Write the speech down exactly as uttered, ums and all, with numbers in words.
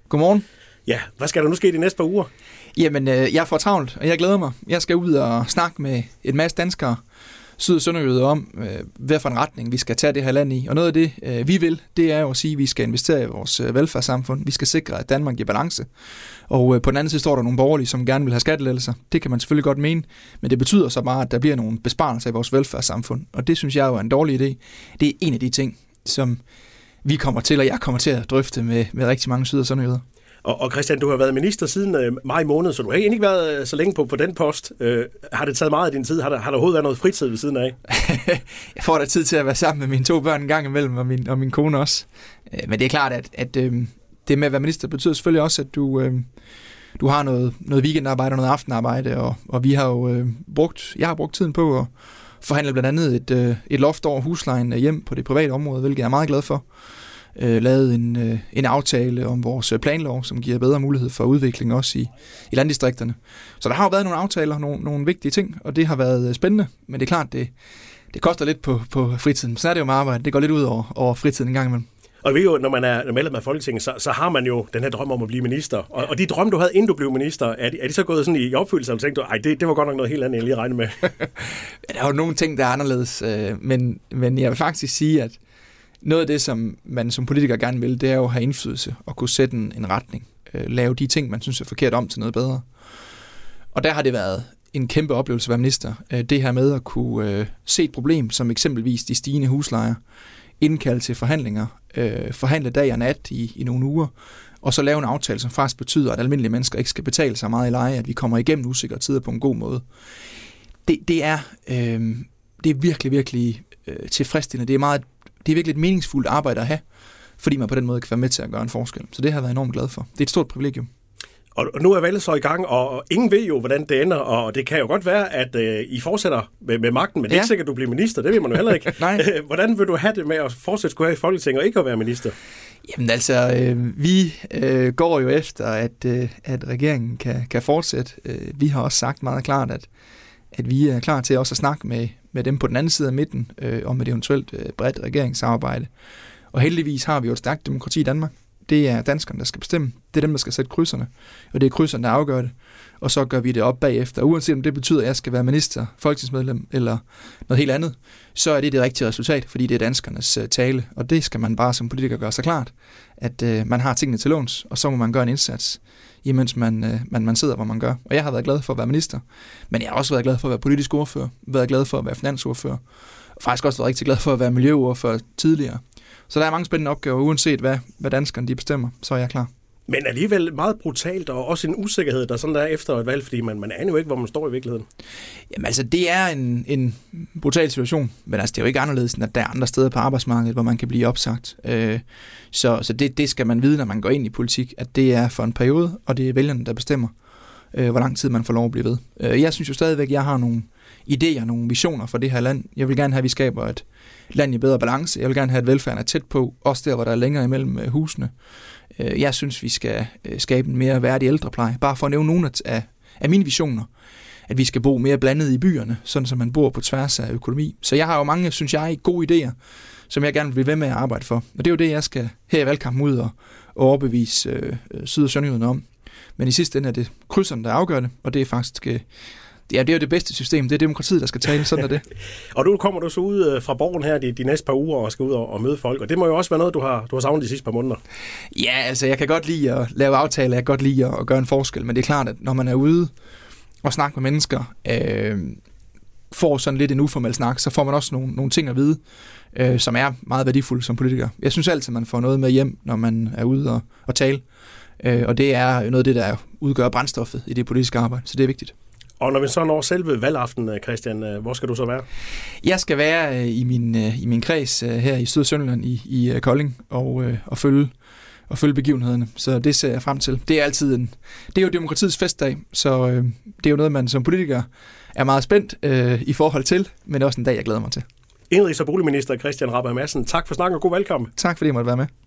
Godmorgen. Ja, hvad skal der nu ske de næste par uger? Jamen, øh, jeg får travlt, og jeg glæder mig. Jeg skal ud og snakke med et masse danskere, syd- og sønderjyder om, øh, hvad for en retning vi skal tage det her land i. Og noget af det, øh, vi vil, det er jo at sige, at vi skal investere i vores øh, velfærdssamfund. Vi skal sikre, at Danmark giver balance. Og øh, på den anden side står der nogle borgerlige, som gerne vil have skattelettelser. Det kan man selvfølgelig godt mene, men det betyder så bare, at der bliver nogle besparelser i vores velfærdssamfund. Og det synes jeg jo er en dårlig idé. Det er en af de ting, som vi kommer til, og jeg kommer til at drøfte med, med rigtig mange syd- og sønderjyder. Og, og Christian, du har været minister siden øh, maj måned, så du har egentlig ikke været øh, så længe på, på den post. Øh, har det taget meget af din tid? Har der, har der overhovedet været noget fritid ved siden af? Jeg får da tid til at være sammen med mine to børn en gang imellem, og min, og min kone også. Øh, men det er klart, at, at øh, det med at være minister betyder selvfølgelig også, at du, øh, du har noget, noget weekendarbejde og noget aftenarbejde, og, og vi har jo øh, brugt, jeg har brugt tiden på at forhandle blandt andet et, øh, et loft over huslejen hjem på det private område, hvilket jeg er meget glad for. Øh, lavet en, øh, en aftale om vores planlov, som giver bedre mulighed for udvikling også i, i landdistrikterne. Så der har jo været nogle aftaler, nogle, nogle vigtige ting, og det har været spændende, men det er klart, det, det koster lidt på, på fritiden. Så er det jo med arbejde, det går lidt ud over, over fritiden en gang imellem. Og vi jo, når man er medlem af Folketinget, så, så har man jo den her drøm om at blive minister. Og, og de drømme, du havde, inden du blev minister, er de, er de så gået sådan i opfyldelse, og tænkte du, ej, det, det var godt nok noget helt andet, end jeg lige regnede med? Der er jo nogle ting, der er anderledes, øh, men, men jeg vil faktisk sige, at noget af det, som man som politiker gerne vil, det er jo at have indflydelse og kunne sætte en, en retning. Øh, lave de ting, man synes er forkert om til noget bedre. Og der har det været en kæmpe oplevelse at være minister. Øh, det her med at kunne øh, se et problem, som eksempelvis de stigende huslejer, indkalde til forhandlinger, øh, forhandle dag og nat i, i nogle uger, og så lave en aftale, som faktisk betyder, at almindelige mennesker ikke skal betale så meget i leje, at vi kommer igennem usikre tider på en god måde. Det, det, er, øh, det er virkelig, virkelig øh, tilfredsstillende. Det er meget Det er virkelig et meningsfuldt arbejde at have, fordi man på den måde kan være med til at gøre en forskel. Så det har jeg været enormt glad for. Det er et stort privilegium. Og nu er valget så i gang, og ingen ved jo, hvordan det ender, og det kan jo godt være, at øh, I fortsætter med, med magten, men det er ja. ikke sikkert, at du bliver minister. Det vil man jo heller ikke. Hvordan vil du have det med at fortsætte skulle have i Folketinget og ikke at være minister? Jamen altså, øh, vi øh, går jo efter, at, øh, at regeringen kan, kan fortsætte. Øh, vi har også sagt meget klart, at, at vi er klar til også at snakke med med dem på den anden side af midten, øh, om et eventuelt øh, bredt regeringssamarbejde. Og heldigvis har vi jo et stærkt demokrati i Danmark. Det er danskerne, der skal bestemme. Det er dem, der skal sætte krydserne. Og det er krydserne, der afgør det. Og så gør vi det op bagefter. Uanset om det betyder, at jeg skal være minister, folketingsmedlem eller noget helt andet, så er det det rigtige resultat, fordi det er danskernes øh, tale. Og det skal man bare som politiker gøre sig klart, at øh, man har tingene til låns, og så må man gøre en indsats, imens man, øh, man, man sidder, hvor man gør. Og jeg har været glad for at være minister, men jeg har også været glad for at være politisk ordfører, været glad for at være finansordfører, og faktisk også været rigtig glad for at være miljøordfører tidligere. Så der er mange spændende opgaver, uanset hvad, hvad danskerne de bestemmer, så er jeg klar. Men alligevel meget brutalt, og også en usikkerhed, der sådan der er efter et valg, fordi man, man aner jo ikke, hvor man står i virkeligheden. Jamen altså, det er en, en brutal situation, men altså, det er jo ikke anderledes, end at der er andre steder på arbejdsmarkedet, hvor man kan blive opsagt. Øh, så så det, det skal man vide, når man går ind i politik, at det er for en periode, og det er vælgerne, der bestemmer, øh, hvor lang tid man får lov at blive ved. Øh, jeg synes jo stadigvæk, at jeg har nogle idéer, nogle visioner for det her land. Jeg vil gerne have, at vi skaber et land i bedre balance. Jeg vil gerne have, at velfærden er tæt på, også der, hvor der er længere imellem husene. Jeg synes, vi skal skabe en mere værdig ældrepleje. Bare for at nævne nogle af, af mine visioner. At vi skal bo mere blandet i byerne, sådan som man bor på tværs af økonomi. Så jeg har jo mange, synes jeg, gode idéer, som jeg gerne vil blive ved med at arbejde for. Og det er jo det, jeg skal her i valgkampen ud og, og overbevise øh, syd- og sønderjyderne om. Men i sidste ende er det krydserne, der afgør det, og det er faktisk... Øh, Ja, det er jo det bedste system. Det er demokratiet, der skal tale. Sådan er det. Og nu kommer du så ud fra Borgen her de, de næste par uger og skal ud og, og møde folk. Og det må jo også være noget, du har, du har savnet de sidste par måneder. Ja, altså jeg kan godt lide at lave aftaler. Jeg kan godt lide at, at gøre en forskel. Men det er klart, at når man er ude og snakker med mennesker, øh, får sådan lidt en uformel snak, så får man også nogle, nogle ting at vide, øh, som er meget værdifulde som politiker. Jeg synes altid, man får noget med hjem, når man er ude og, og tale. Øh, og det er noget af det, der udgør brændstoffet i det politiske arbejde. Så det er vigtigt. Og når vi så når selve valgaften, Christian, hvor skal du så være? Jeg skal være i min, i min kreds her i Syd- og Sønderjylland i, i Kolding og, og, følge, og følge begivenhederne. Så det ser jeg frem til. Det er altid en, det er jo demokratiets festdag, så øh, det er jo noget, man som politiker er meget spændt øh, i forhold til, men det er også en dag, jeg glæder mig til. Indenrigs- og boligminister Christian Rabjerg Madsen, tak for snakken og god valgkamp. Tak fordi jeg måtte være med.